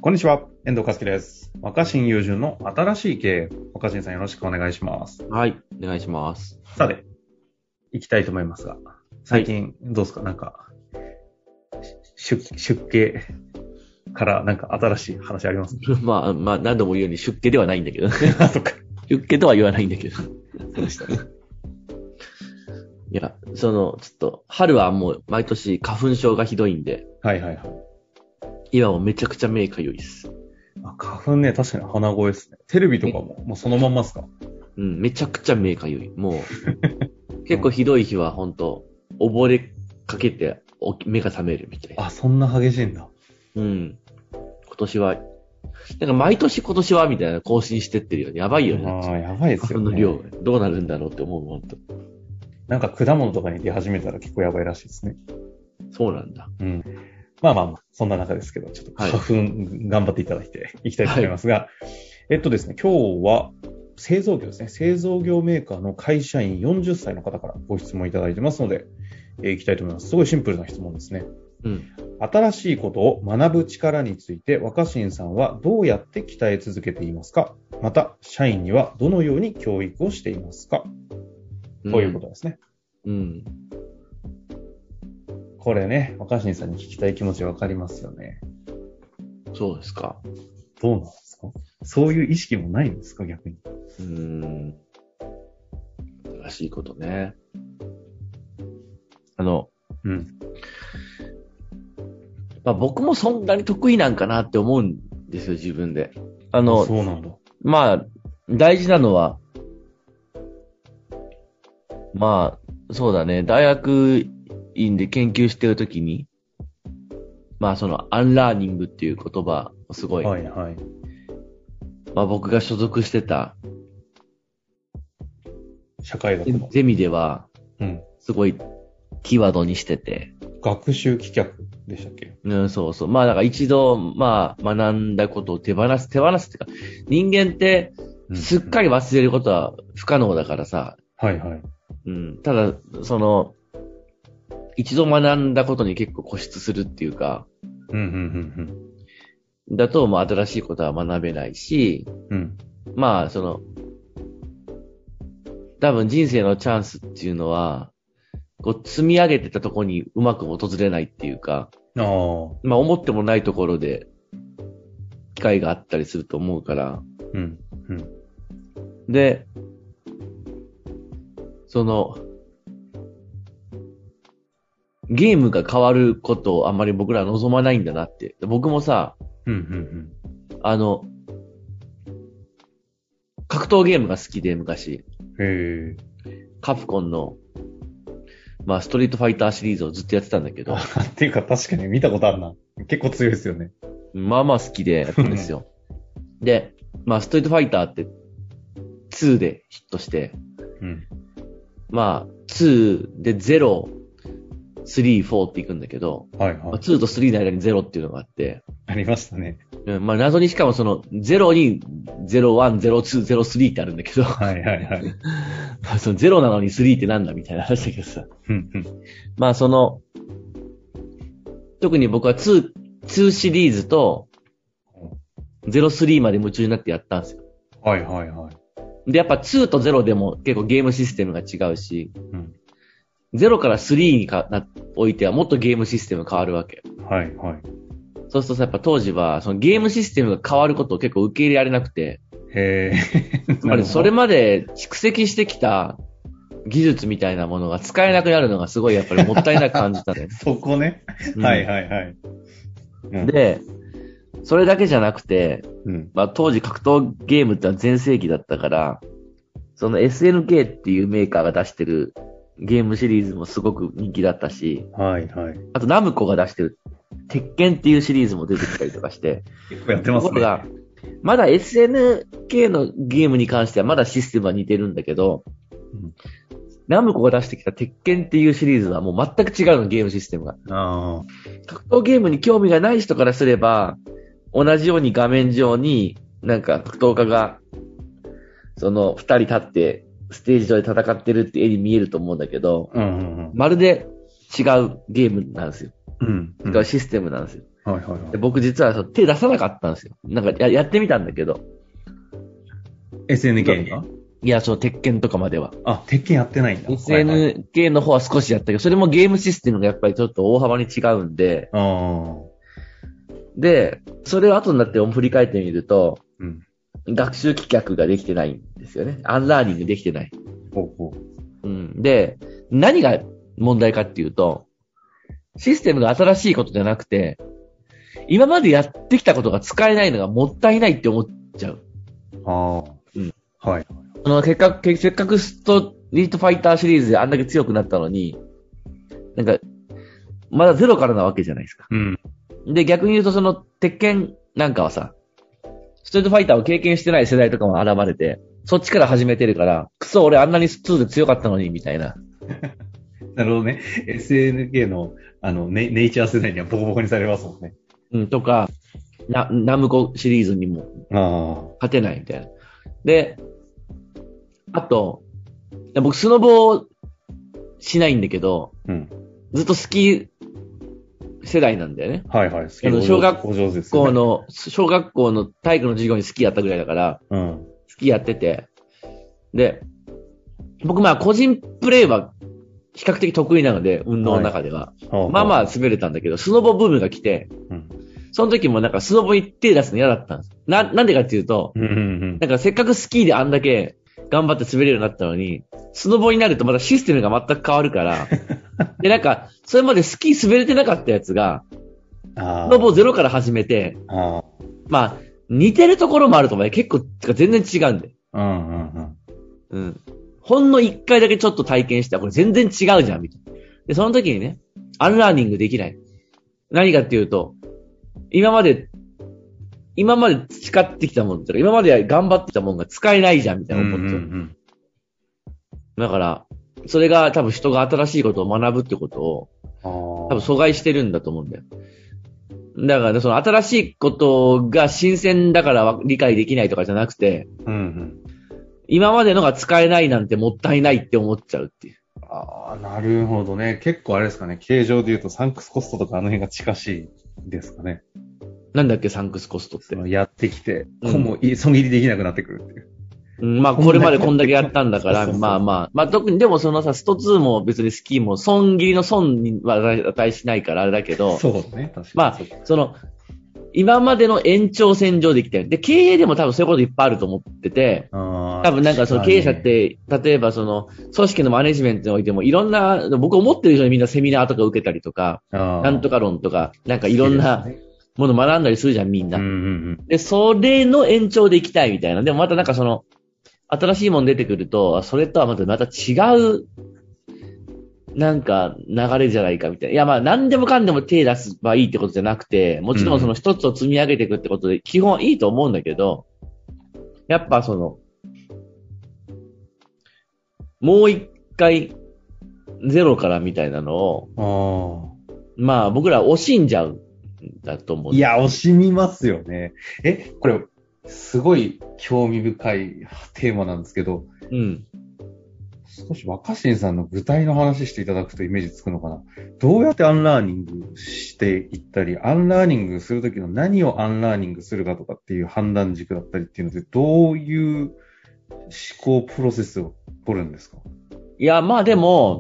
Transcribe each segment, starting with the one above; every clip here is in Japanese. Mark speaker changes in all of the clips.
Speaker 1: こんにちは、遠藤和樹です。若新雄純の新しい経営。若新さんよろしくお願いします。
Speaker 2: はい、お願いします。
Speaker 1: さて、行きたいと思いますが、最近どうですか？なんか、出家からなんか新しい話あります
Speaker 2: まあ、何度も言うように出家ではないんだけど。
Speaker 1: あ、そっか。
Speaker 2: 出家とは言わないんだけど。
Speaker 1: そうでしたね。
Speaker 2: いや、ちょっと、春はもう毎年花粉症がひどいんで、
Speaker 1: はいはいはい。
Speaker 2: 今もめちゃくちゃ目かゆいです。
Speaker 1: 花粉ね、確かに鼻声ですね。テレビとかもうそのまんまですか？
Speaker 2: うん、めちゃくちゃ目かゆい。もう、結構ひどい日はほんと、溺れかけて目が覚めるみたいな。
Speaker 1: あ、そんな激しいんだ。
Speaker 2: うん。今年は、なんか毎年今年はみたいな更新してってるよね。やばいよね。
Speaker 1: ああ、やばいですよね。
Speaker 2: 花粉の量、どうなるんだろうって思う、ほんと。
Speaker 1: なんか果物とかに出始めたら結構やばいらしいですね。
Speaker 2: そうなんだ。
Speaker 1: うん。まあ、そんな中ですけど、ちょっと花粉頑張っていただいていきたいと思いますが、ですね、今日は製造業ですね。製造業メーカーの会社員40歳の方からご質問いただいてますので、いきたいと思います。すごいシンプルな質問ですね。
Speaker 2: うん。
Speaker 1: 新しいことを学ぶ力について、若新さんはどうやって鍛え続けていますか？また、社員にはどのように教育をしていますか？ということですね。
Speaker 2: うん。
Speaker 1: これね、若新さんに聞きたい気持ちわかりますよね。
Speaker 2: そうですか。
Speaker 1: どうなんですか？そういう意識もないんですか、逆に。
Speaker 2: 新しいことね。
Speaker 1: うん。
Speaker 2: 僕もそんなに得意なんかなって思うんですよ、自分で。
Speaker 1: そうなんだ。
Speaker 2: 大事なのは、そうだね、大学院で研究してるときに、アンラーニングっていう言葉をすごい、
Speaker 1: はいはい。
Speaker 2: 僕が所属してた
Speaker 1: 社会学の。
Speaker 2: ゼミでは、すごいキーワードにしてて。
Speaker 1: 学習棄却でしたっけ？
Speaker 2: そうそう。だから一度、学んだことを手放すっていうか、人間って、すっかり忘れることは不可能だからさ。
Speaker 1: はいはい。
Speaker 2: ただ、一度学んだことに結構固執するっていうか、だと、新しいことは学べないし、多分人生のチャンスっていうのは、積み上げてたところにうまく訪れないっていうか、思ってもないところで、機会があったりすると思うから、で、ゲームが変わることをあんまり僕らは望まないんだなって。僕もさ、格闘ゲームが好きで昔。カプコンの、ストリートファイターシリーズをずっとやってたんだけど。
Speaker 1: っていうか確かに見たことあるな。結構強いですよね。
Speaker 2: 好きでやったんですよ。で、ストリートファイターって2でヒットして、2で0、3、4っていくんだけど、2と3の間に0っていうのがあって、
Speaker 1: ありましたね。
Speaker 2: 謎にしかも0に01、02、03ってあるんだけど、その0なのに3ってなんだみたいな話だけどさ。特に僕は2シリーズと03まで夢中になってやったんですよ。で、やっぱ2と0でも結構ゲームシステムが違うし、0から3においてはもっとゲームシステム変わるわけ。そうするとやっぱ当時はゲームシステムが変わることを結構受け入れられなくて、やっぱりそれまで蓄積してきた技術みたいなものが使えなくなるのがすごいやっぱりもったいなく感じたね。
Speaker 1: そこね。
Speaker 2: で、それだけじゃなくて、当時格闘ゲームってのは全盛期だったから、SNK っていうメーカーが出してるゲームシリーズもすごく人気だったし、あとナムコが出してる鉄拳っていうシリーズも出てきたりとかして、
Speaker 1: 結構やってますね。
Speaker 2: まだ SNK のゲームに関してはまだシステムは似てるんだけど、ナムコが出してきた鉄拳っていうシリーズはもう全く違うの、ゲームシステムが。格闘ゲームに興味がない人からすれば、同じように画面上になんか格闘家が、二人立ってステージ上で戦ってるって絵に見えると思うんだけど、まるで違うゲームなんですよ。違うシステムなんですよ。
Speaker 1: はいはいはい。
Speaker 2: で僕実は手出さなかったんですよ。なんかやってみたんだけど。
Speaker 1: SNK が
Speaker 2: いや、鉄拳とかまでは。
Speaker 1: あ、鉄拳やってないんだ。
Speaker 2: SNK の方は少しやったけど、それもゲームシステムがやっぱりちょっと大幅に違うんで、で、それを後になって振り返ってみると、うん、学習規格ができてないんですよね。アンラーニングできてない。うん、で、何が問題かっていうと、システムが新しいことじゃなくて、今までやってきたことが使えないのがもったいないって思っちゃう。うん。はい。せっかくストリートファイターシリーズであんだけ強くなったのに、なんか、まだゼロからなわけじゃないですか。うん。で、逆に言うと鉄拳なんかはさ、ストリートファイターを経験してない世代とかも現れて、そっちから始めてるから、クソ俺あんなに2で強かったのに、みたいな。
Speaker 1: なるほどね。SNK の、ネイチャー世代にはボコボコにされますもんね。
Speaker 2: うん、とか、ナムコシリーズにも、勝てないみたいな。で、あと、僕スノボしないんだけど、うん、ずっとスキー世代なんだよね。はいはい。スキー小学校の体育の授業にスキーやったぐらいだから、うん、スキーやってて、で、僕個人プレイは比較的得意なので、運動の中では。はい、まあ滑れたんだけど、スノボブームが来て、うん、その時もスノボに手出すの嫌だったんです。なんでかっていうと、せっかくスキーであんだけ頑張って滑れるようになったのに、スノボになるとまたシステムが全く変わるから、でそれまでスキー滑れてなかったやつが、スノボゼロから始めて、似てるところもあると思うね。結構、全然違うんで。うん。ほんの一回だけちょっと体験した。これ全然違うじゃん、みたいな。で、その時にね、アンラーニングできない。何かっていうと、今まで培ってきたものとか、今まで頑張ってきたものが使えないじゃん、みたいな思ってる。だから、それが多分人が新しいことを学ぶってことを、多分阻害してるんだと思うんだよ。だから、新しいことが新鮮だから理解できないとかじゃなくて、今までのが使えないなんてもったいないって思っちゃうっていう。
Speaker 1: ああ、なるほどね。結構あれですかね。形状で言うとサンクスコストとかあの辺が近しいですかね。
Speaker 2: なんだっけ、サンクスコストって。
Speaker 1: やってきて、もう損切りできなくなってくるっていう。
Speaker 2: これまでこんだけやったんだから、特にでもスト2も別にスキーも損切りの損には値しないからあれだけど、
Speaker 1: そうね、確かに。
Speaker 2: 今までの延長線上できてる。で、経営でも多分そういうこといっぱいあると思ってて、多分経営者って、例えば組織のマネジメントにおいてもいろんな、僕思ってる以上にみんなセミナーとか受けたりとか、なんとか論とか、いろんなもの学んだりするじゃん、みんな。で、それの延長でいきたいみたいな。でもまた新しいもの出てくると、それとはまた違う、流れじゃないかみたいな。いや、何でもかんでも手出せばいいってことじゃなくて、もちろん一つを積み上げていくってことで、基本はいいと思うんだけど、やっぱもう一回、ゼロからみたいなのを、僕ら惜しんじゃうんだと思う。
Speaker 1: いや、惜しみますよね。これ、すごい興味深いテーマなんですけど、うん。少し若新さんの具体の話していただくとイメージつくのかな。どうやってアンラーニングしていったり、アンラーニングするときの何をアンラーニングするかとかっていう判断軸だったりっていうので、どういう思考プロセスを取るんですか？
Speaker 2: いや、でも、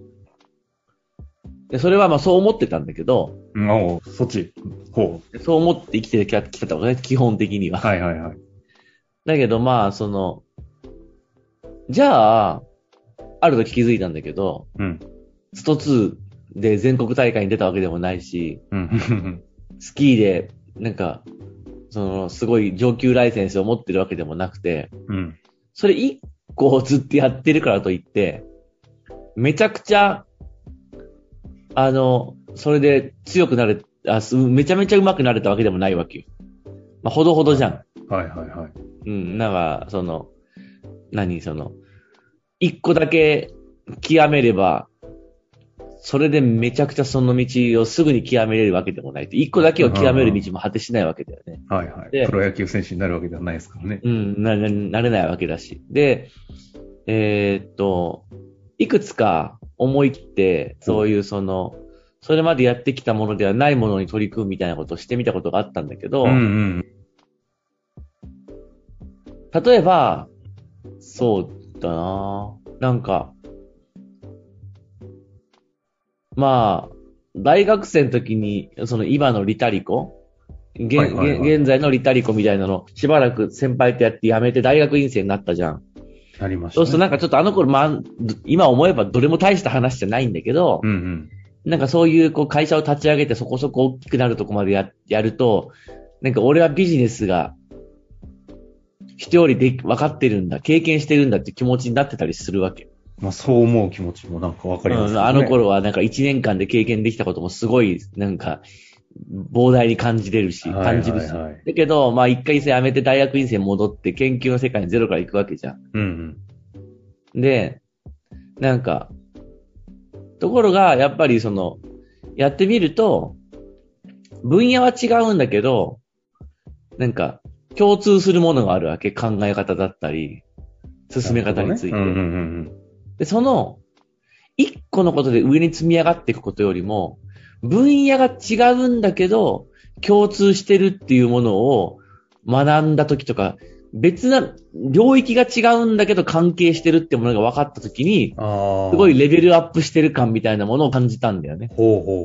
Speaker 2: それはそう思ってたんだけど、
Speaker 1: そっち。
Speaker 2: そう思って生きてきたわけね、基本的には。
Speaker 1: はいはいはい。
Speaker 2: だけどじゃあ、ある時気づいたんだけど、スト2で全国大会に出たわけでもないし、スキーで、すごい上級ライセンスを持ってるわけでもなくて、それ一個をずっとやってるからといって、めちゃくちゃ、それで強くなれ、めちゃめちゃ上手くなれたわけでもないわけよ。ほどほどじゃん。
Speaker 1: はいはいはい。
Speaker 2: 一個だけ極めれば、それでめちゃくちゃその道をすぐに極めれるわけでもない。一個だけを極める道も果てしないわけだよね。
Speaker 1: はいはい。プロ野球選手になるわけではないですからね。
Speaker 2: なれないわけだし。で、いくつか思い切って、そういうそれまでやってきたものではないものに取り組むみたいなことをしてみたことがあったんだけど、例えば、そうだな、なんか、まあ、大学生の時に、その今のリタリコ、現在のリタリコみたいなの、しばらく先輩とやって辞めて大学院生になったじゃん。
Speaker 1: なりました、ね。
Speaker 2: そうするとなんかちょっとあの頃、今思えばどれも大した話じゃないんだけど、なんかそういうこう会社を立ち上げてそこそこ大きくなるとこまでやると、なんか俺はビジネスが人より分かってるんだ、経験してるんだって気持ちになってたりするわけ。
Speaker 1: まあそう思う気持ちもなんかわかりますね。
Speaker 2: あの頃はなんか1年間で経験できたこともすごいなんか膨大に感じれるし、感じるし。だけど、まあ一回辞めて大学院生に戻って研究の世界にゼロから行くわけじゃん。で、なんか、ところが、やっぱりやってみると、分野は違うんだけど、なんか、共通するものがあるわけ。考え方だったり、進め方について。で、一個のことで上に積み上がっていくことよりも、分野が違うんだけど、共通してるっていうものを学んだときとか、別な領域が違うんだけど関係してるってものが分かったときに、すごいレベルアップしてる感みたいなものを感じたんだよね。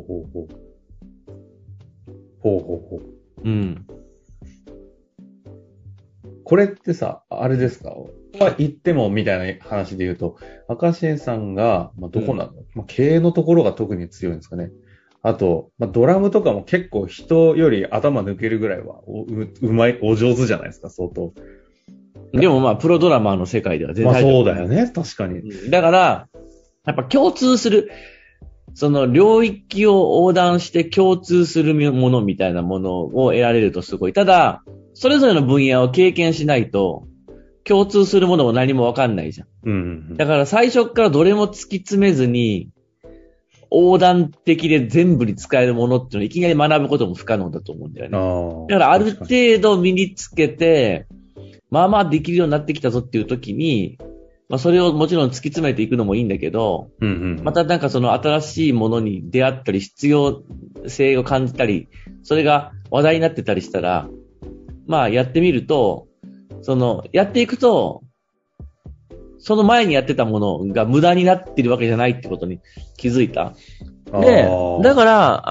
Speaker 1: これってさ、あれですか？言ってもみたいな話で言うと、赤新さんが、どこなの？経営のところが特に強いんですかね。あと、ドラムとかも結構人より頭抜けるぐらいはうまい、お上手じゃないですか、相当。
Speaker 2: でもプロドラマーの世界では全然。
Speaker 1: そうだよね、確かに。
Speaker 2: だから、やっぱ共通する、領域を横断して共通するものみたいなものを得られるとすごい。ただ、それぞれの分野を経験しないと、共通するものも何もわかんないじゃん。だから最初からどれも突き詰めずに、横断的で全部に使えるものっていうのをいきなり学ぶことも不可能だと思うんだよね。だからある程度身につけて、まあまあできるようになってきたぞっていう時に、それをもちろん突き詰めていくのもいいんだけど、またなんか新しいものに出会ったり必要性を感じたり、それが話題になってたりしたら、やってみると、やっていくと、その前にやってたものが無駄になってるわけじゃないってことに気づいた。で、だから、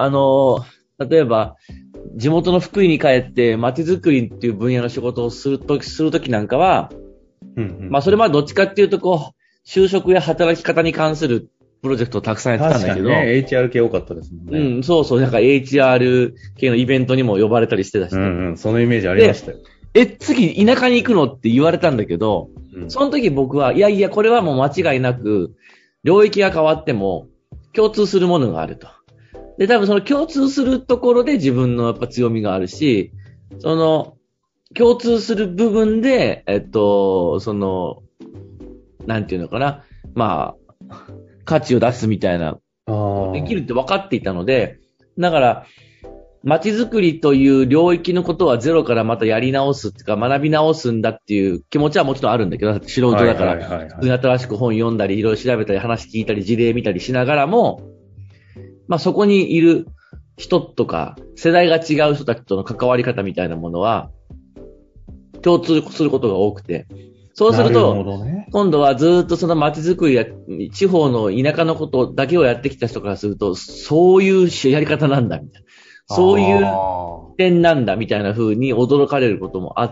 Speaker 2: 例えば、地元の福井に帰って街づくりっていう分野の仕事をするときなんかは、それまでどっちかっていうと就職や働き方に関するプロジェクトをたくさんやってたんだけど。
Speaker 1: 確かにね、HR 系多かったですもんね。
Speaker 2: そう、なんか HR 系のイベントにも呼ばれたりしてたし。
Speaker 1: そのイメージありましたよ。
Speaker 2: 次田舎に行くのって言われたんだけど、その時僕は、いやいや、これはもう間違いなく、領域が変わっても、共通するものがあると。で、多分その共通するところで自分のやっぱ強みがあるし、共通する部分で、なんていうのかな、価値を出すみたいな、できるって分かっていたので、だから、街づくりという領域のことはゼロからまたやり直すっていうか学び直すんだっていう気持ちはもちろんあるんだけど、素人だから、普通に新しく本読んだり、いろいろ調べたり、話聞いたり、事例見たりしながらも、そこにいる人とか、世代が違う人たちとの関わり方みたいなものは、共通することが多くて、そうすると、今度はずっとその街づくりや地方の田舎のことだけをやってきた人からすると、そういうやり方なんだみたいな。そういう点なんだみたいな風に驚かれることもあって、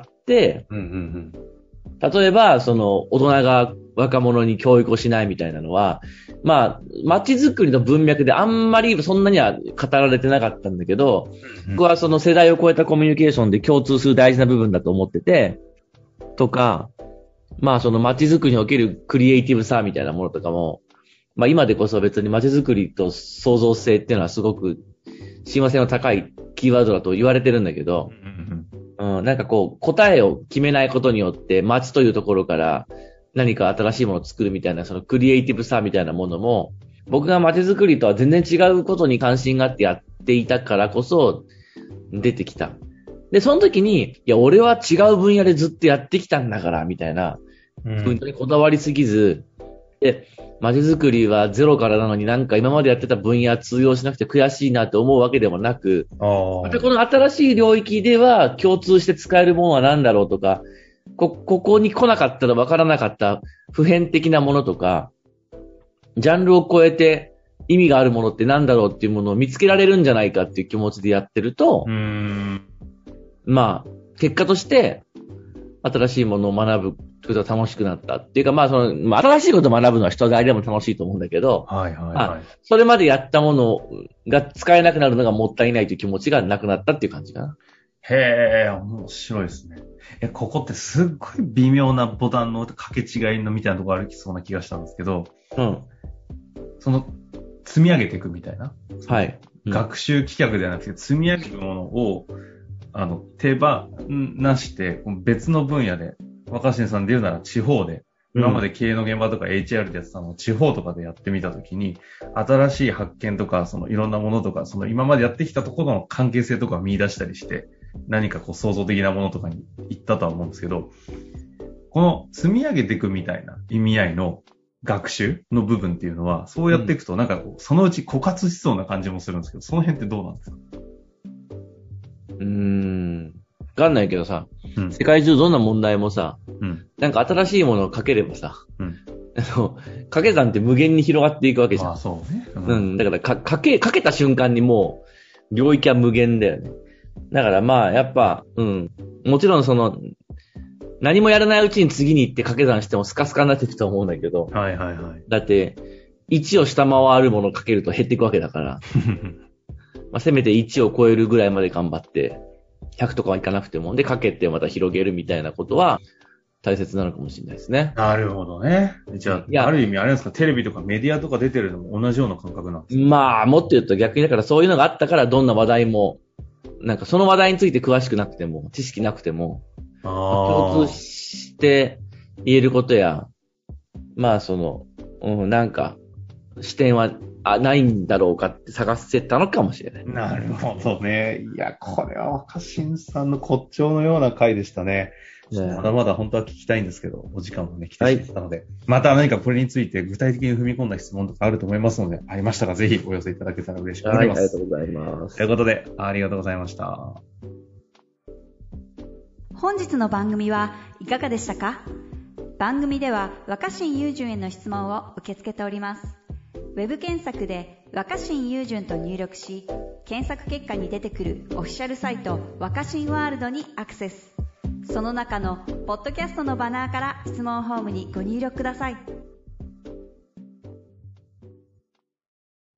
Speaker 2: 例えば、大人が若者に教育をしないみたいなのは、街づくりの文脈であんまりそんなには語られてなかったんだけど、僕はその世代を超えたコミュニケーションで共通する大事な部分だと思ってて、とか、その街づくりにおけるクリエイティブさみたいなものとかも、今でこそ別に街づくりと創造性っていうのはすごく親和性の高いキーワードだと言われてるんだけど、なんか答えを決めないことによって街というところから何か新しいものを作るみたいなそのクリエイティブさみたいなものも僕が街づくりとは全然違うことに関心があってやっていたからこそ出てきた。で、その時に、いや、俺は違う分野でずっとやってきたんだから、みたいな、本当にこだわりすぎず、 で、街づくりはゼロからなのになんか今までやってた分野通用しなくて悔しいなと思うわけでもなく、またこの新しい領域では共通して使えるものは何だろうとか、ここに来なかったら分からなかった普遍的なものとか、ジャンルを超えて意味があるものって何だろうっていうものを見つけられるんじゃないかっていう気持ちでやってると、まあ、結果として新しいものを学ぶことが楽しくなったっていうか、まあ新しいことを学ぶのは人がでも楽しいと思うんだけど、それまでやったものが使えなくなるのがもったいないという気持ちがなくなったっていう感じかな。
Speaker 3: へー、面白いですね。ここってすっごい微妙なボタンの掛け違いのみたいなところありそうな気がしたんですけど、積み上げていくみたいな。
Speaker 2: はい。
Speaker 3: 学習企画ではなくて、積み上げるものを、手放して、別の分野で、若新さんで言うなら地方で、今まで経営の現場とか HR でやってたのを地方とかでやってみたときに、新しい発見とか、いろんなものとか、今までやってきたところの関係性とかを見出したりして、何か創造的なものとかに行ったとは思うんですけど、この積み上げていくみたいな意味合いの学習の部分っていうのは、そうやっていくとなんかそのうち枯渇しそうな感じもするんですけど、その辺ってどうなんですか？
Speaker 2: わかんないけどさ、世界中どんな問題もさ、なんか新しいものをかければさ、掛け算って無限に広がっていくわけじゃん。
Speaker 3: そうね。
Speaker 2: だからかけた瞬間にもう領域は無限だよね。だからまあやっぱ、もちろん何もやらないうちに次に行って掛け算してもスカスカになっていくと思うんだけど、だって1を下回るものをかけると減っていくわけだから、まあ、せめて1を超えるぐらいまで頑張って、100とかはいかなくても、で、かけてまた広げるみたいなことは大切なのかもしれないですね。
Speaker 3: なるほどね。じゃあ、ある意味あれですか、テレビとかメディアとか出てるのも同じような感覚なんですか？
Speaker 2: まあ、もっと言うと逆にだからそういうのがあったからどんな話題も、なんかその話題について詳しくなくても、知識なくても、共通して言えることや、まあなんか視点はないんだろうかって探せたのかもしれない。
Speaker 1: なるほどね。いや、これは若新さんの骨頂のような回でしたね。まだまだ本当は聞きたいんですけど、お時間もね、来てしまったので、また何かこれについて具体的に踏み込んだ質問とかあると思いますので、ありましたらぜひお寄せいただけたら嬉しく思います。
Speaker 2: ありがとうございます。
Speaker 1: ということで、ありがとうございました。
Speaker 4: 本日の番組はいかがでしたか？番組では若新雄純への質問を受け付けております。ウェブ検索で若新雄純と入力し、検索結果に出てくるオフィシャルサイト若新ワールドにアクセス。その中のポッドキャストのバナーから質問フォームにご入力ください。